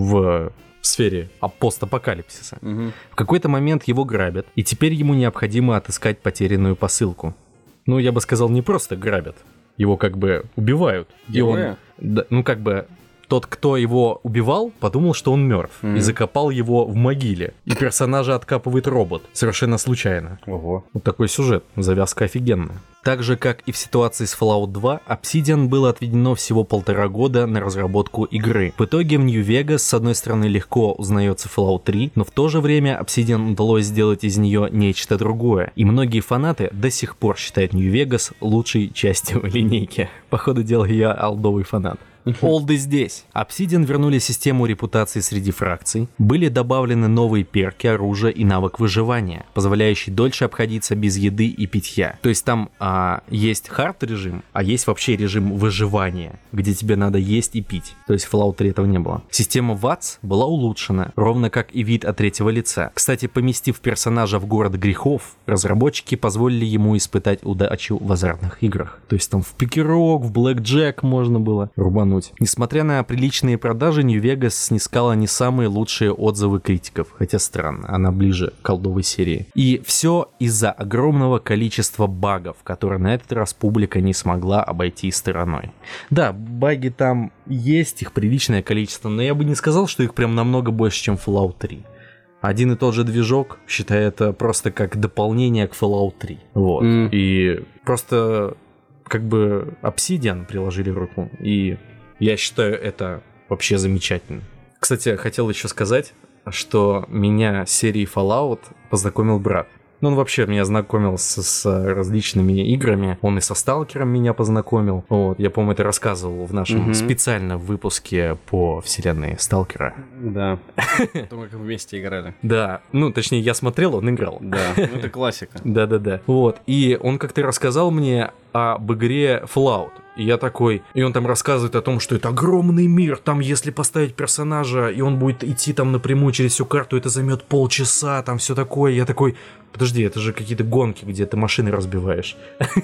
в сфере а- постапокалипсиса. Мгм. В какой-то момент его грабят, и теперь ему необходимо отыскать потерянную посылку. Ну, я бы сказал, не просто грабят, его как бы убивают. И он, Героя? да, ну, как бы тот, кто его убивал, подумал, что он мертв, Мгм. и закопал его в могиле. И персонажа откапывает робот, совершенно случайно. Ого. Вот такой сюжет, завязка офигенная. Так же, как и в ситуации с Fallout два, Obsidian было отведено всего полтора года на разработку игры. В итоге в Нью-Вегас, с одной стороны, легко узнается Fallout три, но в то же время Obsidian удалось сделать из нее нечто другое. И многие фанаты до сих пор считают Нью-Вегас лучшей частью линейки. Походу дела, я олдовый фанат. Олды здесь. Obsidian вернули систему репутации среди фракций. Были добавлены новые перки, оружие и навык выживания, позволяющий дольше обходиться без еды и питья. То есть там а, есть хард режим, а есть вообще режим выживания, где тебе надо есть и пить. То есть в Fallout три этого не было. Система ватс была улучшена, ровно как и вид от третьего лица. Кстати, поместив персонажа в город грехов, разработчики позволили ему испытать удачу в азартных играх. То есть там в пикерок, в блэкджек можно было рубануть. Несмотря на приличные продажи, New Vegas снискала не самые лучшие отзывы критиков, хотя странно, она ближе к колдовой серии. И все из-за огромного количества багов, которые на этот раз публика не смогла обойти стороной. Да, баги там есть, их приличное количество, но я бы не сказал, что их прям намного больше, чем Fallout три. Один и тот же движок, считай, это просто как дополнение к Fallout три. Вот. Mm. И просто как бы Obsidian приложили руку, и я считаю это вообще замечательно. Кстати, хотел еще сказать, что меня с серией Fallout познакомил брат. Ну, он вообще меня знакомил с, с различными играми. Он и со Сталкером меня познакомил. Вот, я, по-моему, это рассказывал в нашем Мгм. специальном выпуске по вселенной Сталкера. Да. То мы как вместе играли. Да, ну, точнее, я смотрел, он играл. Да, ну это классика. Да-да-да. Вот, и он как-то рассказал мне об игре Fallout. И я такой, и он там рассказывает о том, что это огромный мир, там если поставить персонажа, и он будет идти там напрямую через всю карту, это займет полчаса, там все такое. Я такой, подожди, это же какие-то гонки, где ты машины разбиваешь.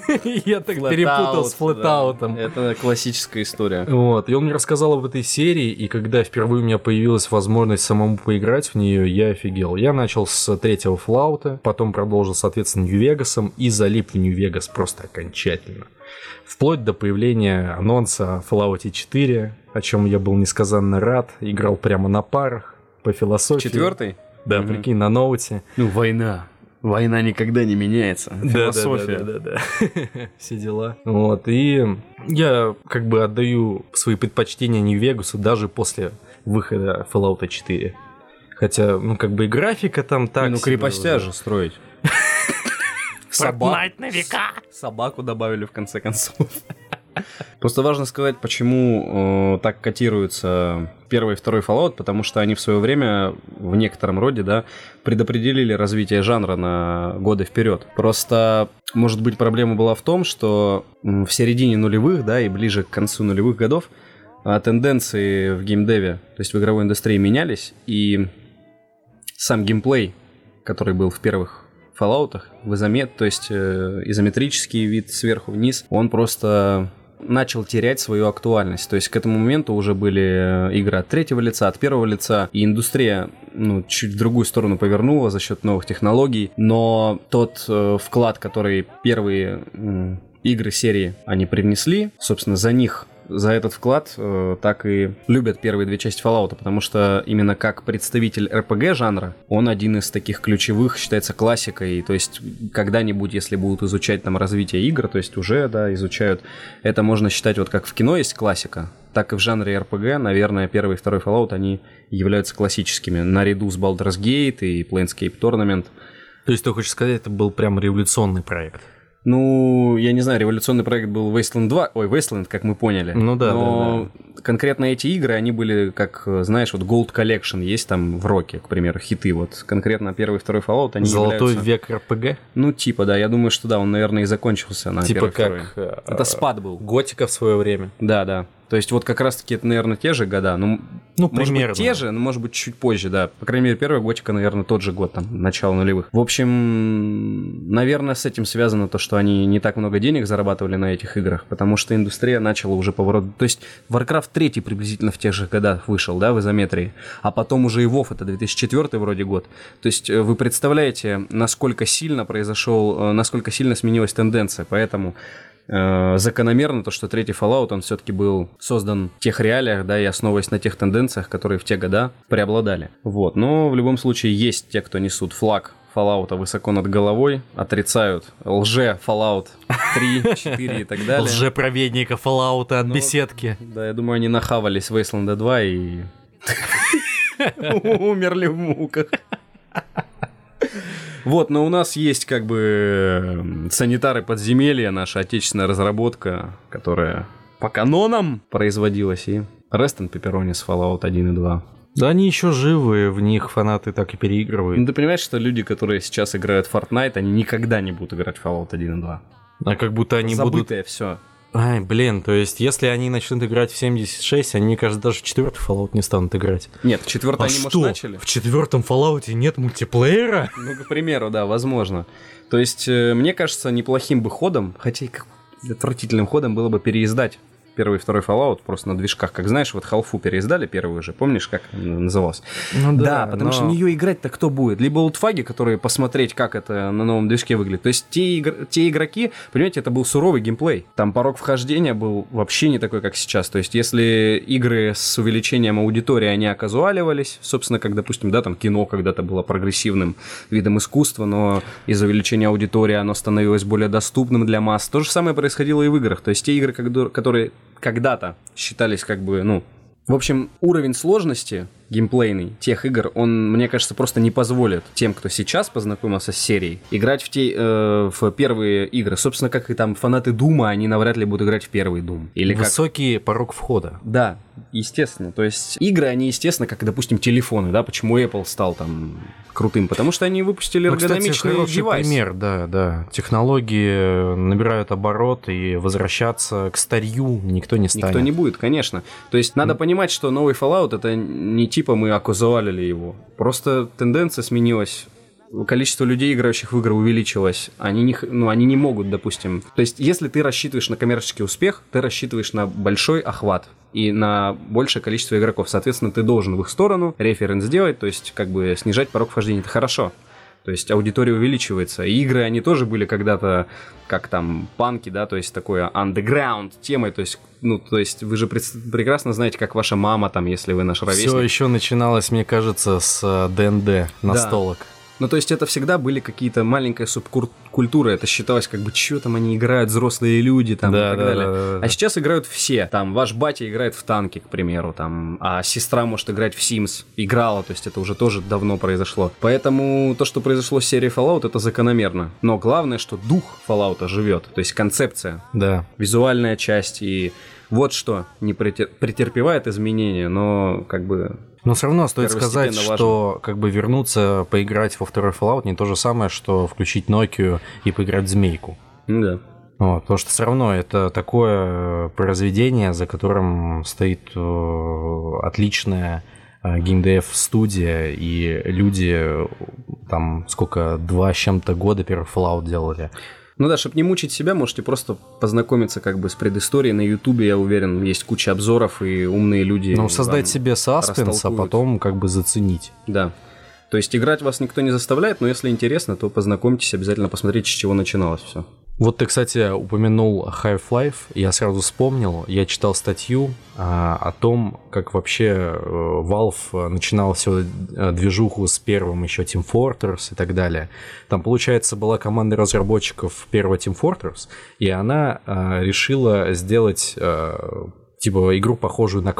Я так перепутал с флетаутом. Это классическая история. Вот, и он мне рассказал об этой серии, и когда впервые у меня появилась возможность самому поиграть в нее, я офигел. Я начал с третьего Fallout, потом продолжил, соответственно, Нью-Вегасом, и залип в Нью-Вегас просто окончательно. Вплоть до появления анонса о Fallout четыре, о чем я был несказанно рад, играл прямо на парах, по философии. Четвертый? Да, Мгм. прикинь, на ноуте. Ну, война. Война никогда не меняется. Философия. Да, да, да, да, да. Все дела. Вот, и я как бы отдаю свои предпочтения Нью-Вегасу даже после выхода Fallout четыре. Хотя, ну, как бы и графика там так... Не, ну, себе крепостя уже. же строить. Fortnite на века! Собаку добавили в конце концов. Просто важно сказать, почему э, так котируются первый и второй Fallout, потому что они в свое время в некотором роде, да, предопределили развитие жанра на годы вперед. Просто, может быть, проблема была в том, что м, в середине нулевых, да, и ближе к концу нулевых годов а, тенденции в геймдеве, то есть в игровой индустрии менялись, и сам геймплей, который был в первых Fallout'ах, в изомет, то есть э, изометрический вид сверху вниз, он просто начал терять свою актуальность. То есть к этому моменту уже были игры от третьего лица, от первого лица, и индустрия, ну, чуть в другую сторону повернула за счет новых технологий, но тот э, вклад, который первые э, игры серии они привнесли, собственно, за них за этот вклад э, так и любят первые две части Fallout, потому что именно как представитель эр пи джи жанра, он один из таких ключевых, считается классикой, то есть когда-нибудь, если будут изучать там развитие игр, то есть уже, да, изучают, это можно считать вот как в кино есть классика, так и в жанре эр пи джи, наверное, первый и второй Fallout, они являются классическими, наряду с Baldur's Gate и Planescape Tournament. То есть ты хочешь сказать, это был прям революционный проект? Ну, я не знаю, революционный проект был Wasteland два, ой, Wasteland, как мы поняли. Ну да, но да, конкретно эти игры, они были, как, знаешь, вот Gold Collection есть там в Роке, к примеру, хиты. Вот конкретно первый и второй Fallout, они Золотой являются... век эр пи гэ? Ну, типа, да, я думаю, что да, он, наверное, и закончился на Типа первый, второй. как... Это спад был. Готика в свое время. Да, да. То есть вот как раз-таки это, наверное, те же года. Ну, Ну, может примерно. быть, те же, но, может быть, чуть позже, да. По крайней мере, первая Готика, наверное, тот же год, там, начало нулевых. В общем, наверное, с этим связано то, что они не так много денег зарабатывали на этих играх, потому что индустрия начала уже поворот. То есть Warcraft три приблизительно в тех же годах вышел, да, в изометрии, а потом уже и WoW, это две тысячи четвёртый вроде год. То есть вы представляете, насколько сильно произошел, насколько сильно сменилась тенденция, поэтому... закономерно то, что третий Fallout, он все-таки был создан в тех реалиях, да, и основываясь на тех тенденциях, которые в те года преобладали. Вот, но в любом случае есть те, кто несут флаг Fallout высоко над головой, отрицают лже Fallout три, четыре и так далее. Лжеправедника Fallout от Ну, беседки. Да, я думаю, они нахавались Wasteland два и умерли в муках. Вот, но у нас есть как бы санитары подземелья, наша отечественная разработка, которая по канонам производилась, и Rest in Pepperoni с Fallout один и два. Да они еще живы, в них фанаты так и переигрывают. Ну, ты понимаешь, что люди, которые сейчас играют в Fortnite, они никогда не будут играть в Fallout один и два. А как будто они будут... Забытое все. Ай, блин, то есть, если они начнут играть в семьдесят шесть, они, мне кажется, даже в четвертый Fallout не станут играть. Нет, в четвертый А они, что? может, начали. В четвертом Fallout нет мультиплеера? Ну, к примеру, да, возможно. То есть, э, мне кажется, неплохим бы ходом, хотя и как отвратительным ходом было бы переиздать первый и второй Fallout просто на движках. Как знаешь, вот Half-Life переиздали первый уже, помнишь, как назывался? Ну Да, потому но- что в нее играть-то кто будет? Либо олдфаги, которые посмотреть, как это на новом движке выглядит. То есть те, игр... те игроки, понимаете, это был суровый геймплей. Там порог вхождения был вообще не такой, как сейчас. То есть если игры с увеличением аудитории, они оказуаливались, собственно, как, допустим, да, там кино когда-то было прогрессивным видом искусства, но из-за увеличения аудитории оно становилось более доступным для масс. То же самое происходило и в играх. То есть те игры, которые когда-то считались как бы, ну... В общем, уровень сложности геймплейный тех игр, он, мне кажется, просто не позволит тем, кто сейчас познакомился с серией, играть в те э, в первые игры. Собственно, как и там фанаты Дума, они навряд ли будут играть в первый Doom. Или как... Высокий порог входа. Да, естественно. То есть игры, они, естественно, как, допустим, телефоны, да, почему Apple стал там крутым? Потому что они выпустили Ну, кстати, эргономичный хороший девайс. пример, да, да. Технологии набирают оборот, и возвращаться к старью никто не станет. Никто не будет, конечно. То есть надо понимать, что новый Fallout это не типа мы оказуалили его. Просто тенденция сменилась. Количество людей, играющих в игры, увеличилось. Они не, ну, они не могут, допустим... То есть, если ты рассчитываешь на коммерческий успех, ты рассчитываешь на большой охват и на большее количество игроков. Соответственно, ты должен в их сторону референс сделать, то есть, как бы, снижать порог вхождения. Это хорошо. То есть, аудитория увеличивается. И игры, они тоже были когда-то, как там, панки, да, то есть, такое underground темой, то есть, ну, то есть, вы же пред- прекрасно знаете, как ваша мама, там, если вы наш ровесник. Все еще начиналось, мне кажется, с ДНД настолок. Ну, то есть это всегда были какие-то маленькая субкультура, это считалось как бы, что там они играют, взрослые люди там Да, и так да, далее. да, да, да. А сейчас играют все, там, ваш батя играет в танки, к примеру, там, а сестра может играть в Sims, играла, то есть это уже тоже давно произошло. Поэтому то, что произошло с серией Fallout, это закономерно. Но главное, что дух Fallout живет, то есть концепция, Да. визуальная часть и... Вот что не претер- претерпевает изменения, но как бы... Но все равно стоит сказать, Первостепенно что как бы вернуться, поиграть во второй Fallout не то же самое, что включить Nokia и поиграть в Змейку. Ну да. Вот, потому что все равно это такое произведение, за которым стоит э, отличная э, геймдев-студия, и люди э, там сколько, два с чем-то года первый Fallout делали. Ну да, чтобы не мучить себя, можете просто познакомиться как бы с предысторией. На Ютубе, я уверен, есть куча обзоров, и умные люди... Ну, создать вам себе саспенс, а растолкуют. потом как бы заценить. Да. То есть играть вас никто не заставляет, но если интересно, то познакомьтесь, обязательно посмотрите, с чего начиналось все. Вот ты, кстати, упомянул Half-Life, я сразу вспомнил, я читал статью а, о том, как вообще э, Valve начинал всю э, движуху с первым еще Team Fortress и так далее. Там, получается, была команда разработчиков первого Team Fortress, и она э, решила сделать э, типа игру, похожую на Кваку.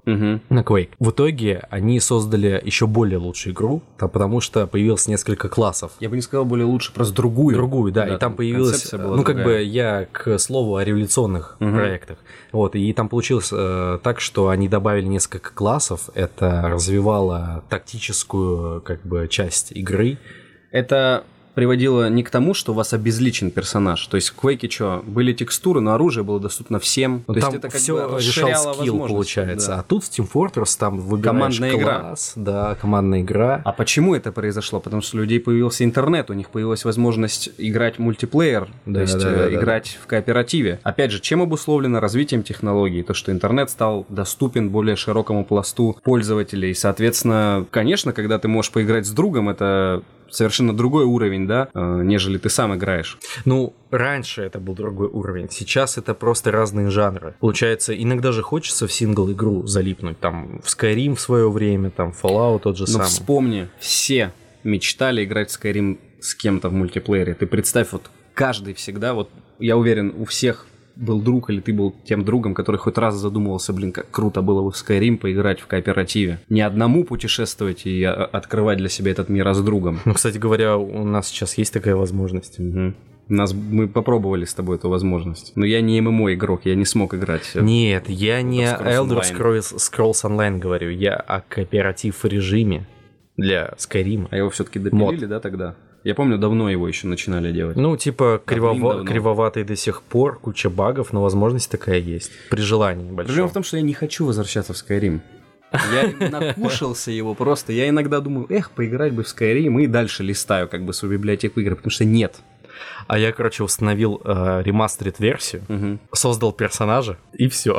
Мгм. на Quake. В итоге они создали еще более лучшую игру, там, потому что появилось несколько классов. Я бы не сказал более лучше, просто другую. Другую, да, и там появилась, концепция была ну как другая. бы я к слову о революционных Мгм. проектах, вот, и там получилось э, так, что они добавили несколько классов, это развивало тактическую как бы часть игры. Это приводило не к тому, что у вас обезличен персонаж. То есть в Quake что, были текстуры, но оружие было доступно всем. Ну, То там есть это как все бы решал расширяло скилл, возможности, получается. да. А тут в Team Fortress там выбираешь Командная игра. класс, да, командная игра. А почему это произошло? Потому что у людей появился интернет, у них появилась возможность играть в мультиплеер, Да, то есть да, э, да, да, играть в кооперативе. Опять же, чем обусловлено развитием технологий? То, что интернет стал доступен более широкому пласту пользователей. Соответственно, конечно, когда ты можешь поиграть с другом, это совершенно другой уровень, да, э, нежели ты сам играешь. Ну, раньше это был другой уровень, сейчас это просто разные жанры. Получается, иногда же хочется в сингл-игру залипнуть, там, в Skyrim в свое время, там, Fallout тот же Но самый. вспомни, все мечтали играть в Skyrim с кем-то в мультиплеере. Ты представь, вот каждый всегда, вот я уверен, у всех был друг или ты был тем другом, который хоть раз задумывался, блин, как круто было бы в Skyrim поиграть в кооперативе. Не одному путешествовать и а, открывать для себя этот мир, а с другом. Ну, кстати говоря, у нас сейчас есть такая возможность. Мгм. Нас, мы попробовали с тобой эту возможность. Но я не ММО игрок, я не смог играть. Нет, я не Scrolls Elder Online. Scrolls, Scrolls Online говорю, я о кооператив режиме для Skyrim. А его все-таки допилили, да, тогда? Я помню, давно его еще начинали делать. Ну, типа, кривово- Давным-давно. кривоватый до сих пор, куча багов, но возможность такая есть. При желании большом. Проблема в том, что я не хочу возвращаться в Skyrim. Я накушался его просто. Я иногда думаю, эх, поиграть бы в Skyrim, и дальше листаю как бы свою библиотеку игр, потому что нет. А я, короче, установил э, ремастерит версию, Мгм. создал персонажа, и все.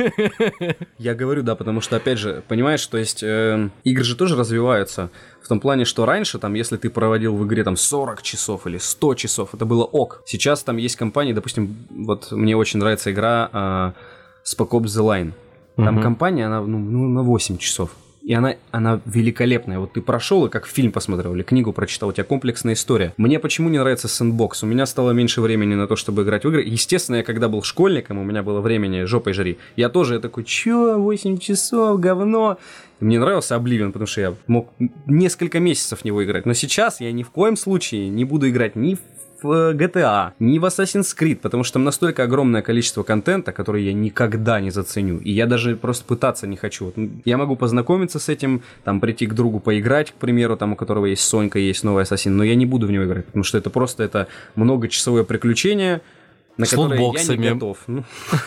Я говорю, да, потому что, опять же, понимаешь, то есть э, игры же тоже развиваются в том плане, что раньше, там, если ты проводил в игре там сорок часов или сто часов, это было ок. Сейчас там есть компании, допустим, вот мне очень нравится игра э, Spec Ops The Line. Там Мгм. компания, она ну, ну, на восемь часов. И она, она великолепная. Вот ты прошел и как фильм посмотрел, или книгу прочитал, у тебя комплексная история. Мне почему не нравится сэндбокс? У меня стало меньше времени на то, чтобы играть в игры. Естественно, я когда был школьником, у меня было времени жопой жри. Я тоже я такой, чё, восемь часов, говно. И мне нравился Oblivion, потому что я мог несколько месяцев в него играть. Но сейчас я ни в коем случае не буду играть ни в в джи ти эй, ни в Assassin's Creed, потому что там настолько огромное количество контента, который я никогда не заценю, и я даже просто пытаться не хочу. Вот, ну, я могу познакомиться с этим, там, прийти к другу поиграть, к примеру, там, у которого есть Сонька, есть новый Assassin, но я не буду в него играть, потому что это просто это многочасовое приключение, на С которое я лутбоксами. не готов. Ну,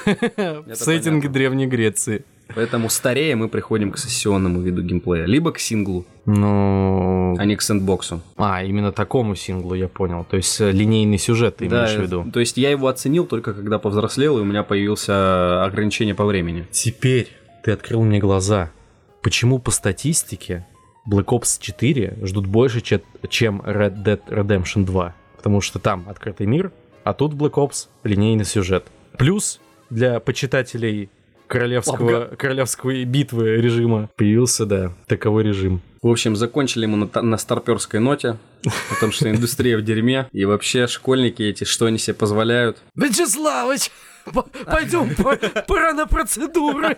В сеттинге понятно. Древней Греции. поэтому старея мы приходим к сессионному виду геймплея, либо к синглу, Ну... а не к сэндбоксу. А, именно такому синглу, я понял. То есть э, линейный сюжет ты имеешь в виду. То есть я его оценил только когда повзрослел, и у меня появился ограничение по времени. Теперь ты открыл мне глаза. Почему по статистике Black Ops четыре ждут больше, че- чем Red Dead Redemption два? Потому что там открытый мир, а тут Black Ops линейный сюжет. Плюс для почитателей королевского, королевской битвы режима появился, да, таковой режим. В общем, закончили мы на, та- на старперской ноте, о том, что индустрия в дерьме, и вообще школьники эти, что они себе позволяют. Вячеславыч, пойдем, пора на процедуры.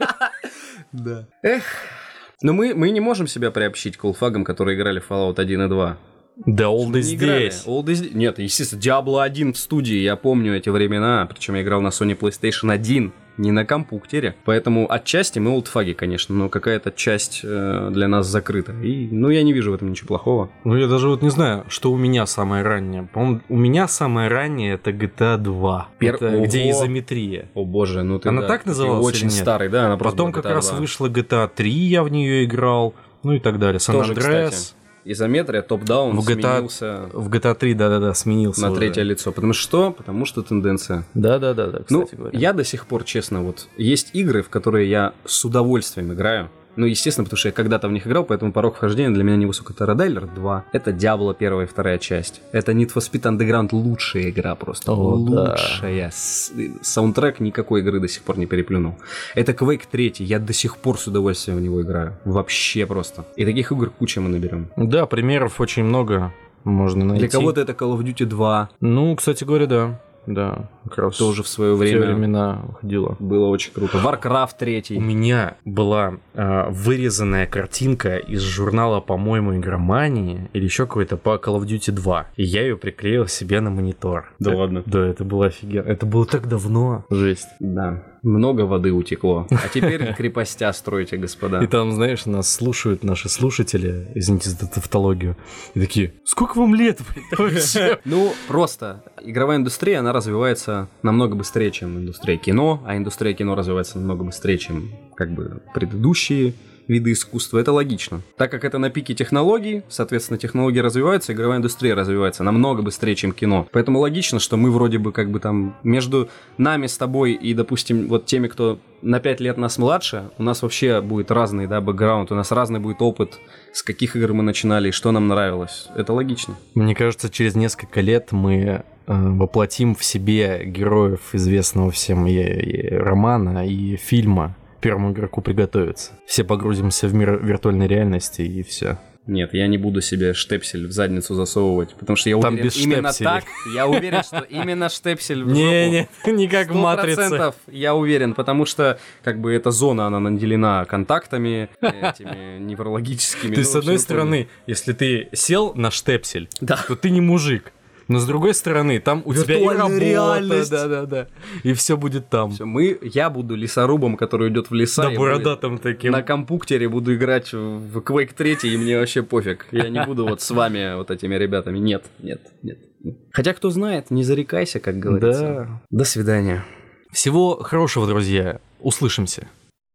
Да. Эх. Но мы, мы не можем себя приобщить к олдфагам, которые играли в Fallout один и два. Да, олд и Не играли. здесь. Old и здесь. Нет, естественно, Diablo один в студии, я помню эти времена, причем я играл на Sony PlayStation один, не на компьютере. Поэтому отчасти мы олдфаги, конечно, но какая-то часть э, для нас закрыта. И, ну, я не вижу в этом ничего плохого. Ну, я даже вот не знаю, что у меня самое раннее. По-моему, у меня самое раннее это джи ти эй два. Пер- Это где Ого. изометрия. О боже, ну ты Она да, так ты называлась очень или нет? старый, да, она просто Потом была как джи ти эй раз два. вышла джи ти эй три, я в нее играл. Ну и так далее. Тоже, Сан-Андреас. кстати, изометрия, топ-даун В джи ти эй сменился В джи ти эй три, да-да-да, сменился на уже. третье лицо. Потому что что? Потому что тенденция. Да-да-да, кстати Ну, говоря. я до сих пор, честно, вот, есть игры, в которые я с удовольствием играю. Ну, естественно, потому что я когда-то в них играл, поэтому порог вхождения для меня невысок. Это Red Alert два, это Diablo первая и вторая часть. Это Need for Speed Underground лучшая игра просто. О, да. лучшая. С- Саундтрек никакой игры до сих пор не переплюнул. Это Quake три, я до сих пор с удовольствием в него играю. Вообще просто. И таких игр куча мы наберем. Да, примеров очень много можно найти. Для кого-то это Call of Duty два. Ну, кстати говоря, да. Да, как раз тоже в свое в те время времена выходило. было очень круто. Warcraft У третий. меня была э, вырезанная картинка из журнала, по-моему, Игромании или еще какой-то по Call of Duty два. И я ее приклеил себе на монитор. Да Это- ладно? Да, это было офигенно. Это было так давно. Жесть. Да. Много воды утекло. А теперь крепостя стройте, господа. И там, знаешь, нас слушают наши слушатели, извините за тавтологию, и такие, сколько вам лет, блядь, вообще? Ну, просто игровая индустрия, она развивается намного быстрее, чем индустрия кино, а индустрия кино развивается намного быстрее, чем как бы предыдущие виды искусства. Это логично. Так как это на пике технологий, соответственно, технологии развиваются, игровая индустрия развивается намного быстрее, чем кино. Поэтому логично, что мы вроде бы как бы там между нами с тобой и, допустим, вот теми, кто на пять лет нас младше, у нас вообще будет разный, да, бэкграунд, у нас разный будет опыт, с каких игр мы начинали и что нам нравилось. Это логично. Мне кажется, через несколько лет мы э, воплотим в себе героев известного всем и, и романа, и фильма «Первому игроку приготовиться». Все погрузимся в мир виртуальной реальности и все. Нет, я не буду себе штепсель в задницу засовывать, потому что я Там уверен, без именно штепселей. так, я уверен, что именно штепсель в жопу. Не, не как в Сто «Матрице». процентов я уверен, потому что как бы эта зона, она наделена контактами, этими неврологическими. Ты ну, с в одной общем, стороны, если ты сел на штепсель, Да. то ты не мужик. Но с другой стороны, там у тебя и Виртуальная работа, реальность. да, да, да, и все будет там. всё, мы, я буду лесорубом, который идет в леса. Да, и бородатым будет- таким. На компьютере буду играть в Quake три, и мне вообще пофиг. Я не буду вот с вами, вот этими ребятами. Нет, нет, нет. нет. Хотя, кто знает, не зарекайся, как говорится. Да. До свидания. Всего хорошего, друзья. Услышимся.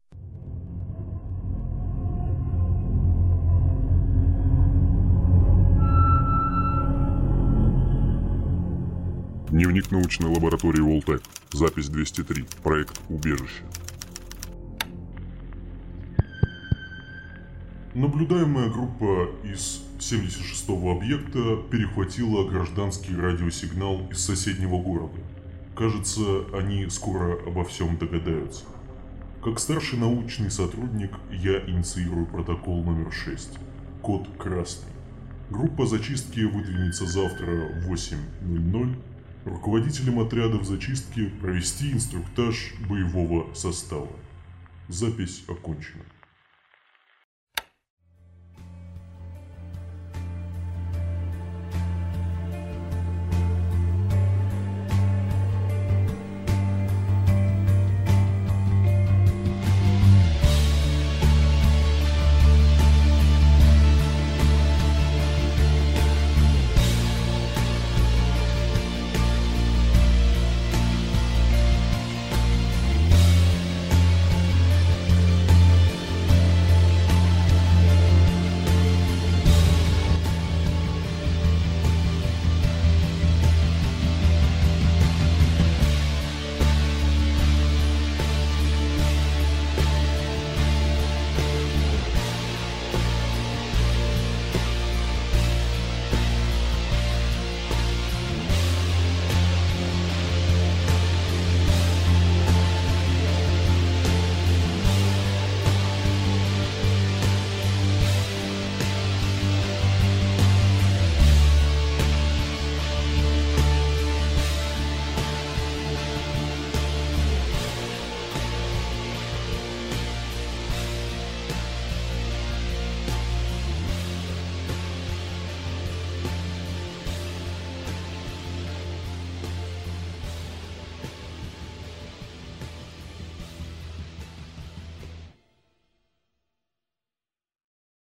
Дневник научной лаборатории Волтек. Запись двести три. Проект «Убежище». Наблюдаемая группа из семьдесят шестого объекта перехватила гражданский радиосигнал из соседнего города. Кажется, они скоро обо всем догадаются. Как старший научный сотрудник я инициирую протокол номер шесть. Код красный. Группа зачистки выдвинется завтра в восемь ноль ноль. Руководителям отрядов зачистки провести инструктаж боевого состава. Запись окончена.